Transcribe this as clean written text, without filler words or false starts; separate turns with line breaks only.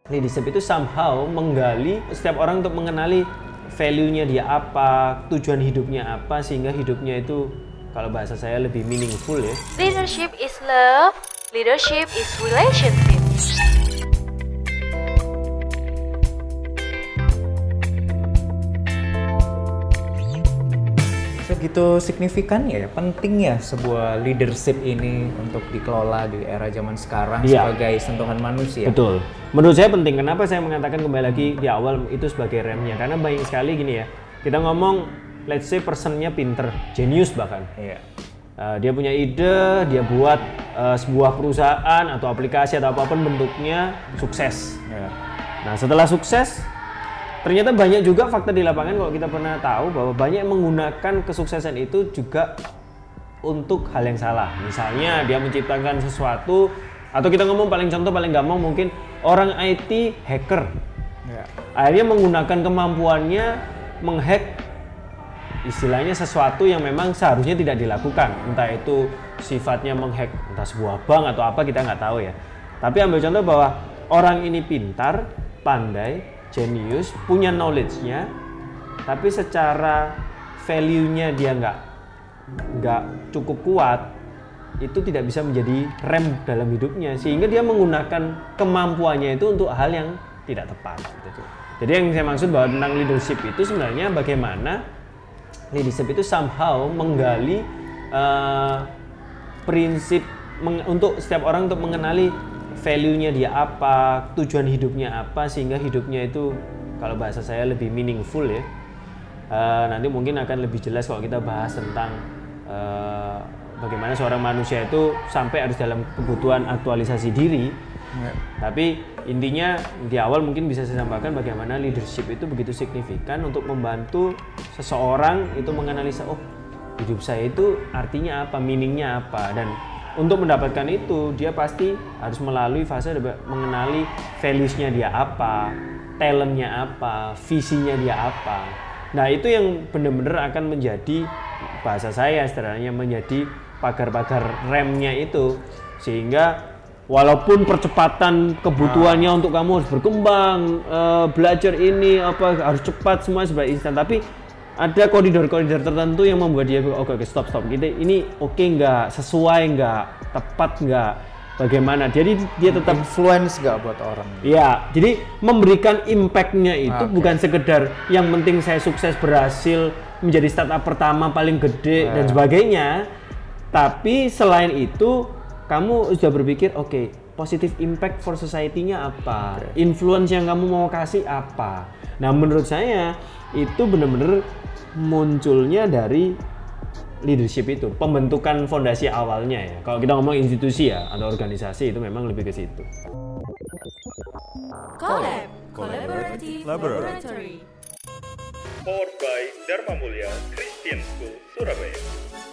Leadership itu somehow menggali setiap orang untuk mengenali value-nya dia apa, tujuan hidupnya apa, sehingga hidupnya itu kalau bahasa saya lebih meaningful ya.
Leadership is love, leadership is relationship.
Segitu signifikan ya, penting ya sebuah leadership ini untuk dikelola di era zaman sekarang sebagai sentuhan manusia.
Betul. Menurut saya penting. Kenapa saya mengatakan kembali lagi di awal itu sebagai remnya? Karena banyak sekali gini ya, kita ngomong let's say personnya pinter, genius bahkan.
Iya.
Dia punya ide, dia buat sebuah perusahaan atau aplikasi atau apapun bentuknya sukses.
Iya.
Nah setelah sukses, ternyata banyak juga fakta di lapangan kalau kita pernah tahu bahwa banyak yang menggunakan kesuksesan itu juga untuk hal yang salah. Misalnya dia menciptakan sesuatu, atau kita ngomong paling gampang mungkin orang IT hacker.
Ya.
Akhirnya menggunakan kemampuannya menghack istilahnya sesuatu yang memang seharusnya tidak dilakukan. Entah itu sifatnya menghack entah sebuah bank atau apa, kita nggak tahu ya. Tapi ambil contoh bahwa orang ini pintar, pandai, genius, punya knowledge-nya, tapi secara value-nya dia nggak cukup kuat, itu tidak bisa menjadi rem dalam hidupnya, sehingga dia menggunakan kemampuannya itu untuk hal yang tidak tepat. Gitu. Jadi yang saya maksud bahwa tentang leadership itu sebenarnya bagaimana leadership itu somehow menggali prinsip untuk setiap orang untuk mengenali value-nya dia apa, tujuan hidupnya apa, sehingga hidupnya itu kalau bahasa saya lebih meaningful ya. Nanti mungkin akan lebih jelas kalau kita bahas tentang bagaimana seorang manusia itu sampai harus dalam kebutuhan aktualisasi diri. Ya. Tapi intinya di awal mungkin bisa saya sampaikan bagaimana leadership itu begitu signifikan untuk membantu seseorang itu menganalisa, oh hidup saya itu artinya apa, meaningnya apa, dan untuk mendapatkan itu, dia pasti harus melalui fase mengenali values-nya dia apa, talent-nya apa, visinya dia apa. Nah, itu yang benar-benar akan menjadi, bahasa saya sederhananya, menjadi pagar-pagar remnya itu. Sehingga walaupun percepatan kebutuhannya untuk kamu harus berkembang, belajar ini, harus cepat, semua serba instan, tapi ada koridor-koridor tertentu yang membuat dia oke, stop ini oke nggak, sesuai nggak, tepat nggak, bagaimana, jadi dia tetap
influence nggak buat orang.
Iya, jadi memberikan impact-nya itu bukan sekedar yang penting saya sukses berhasil menjadi startup pertama paling gede dan sebagainya, tapi selain itu kamu sudah berpikir positive impact for society-nya apa, influence yang kamu mau kasih apa. Nah menurut saya itu benar-benar munculnya dari leadership itu, pembentukan fondasi awalnya ya. Kalau kita ngomong institusi ya atau organisasi itu memang lebih ke situ.
Collaborative Laboratory. Powered by Dharma Mulia Christian School Surabaya.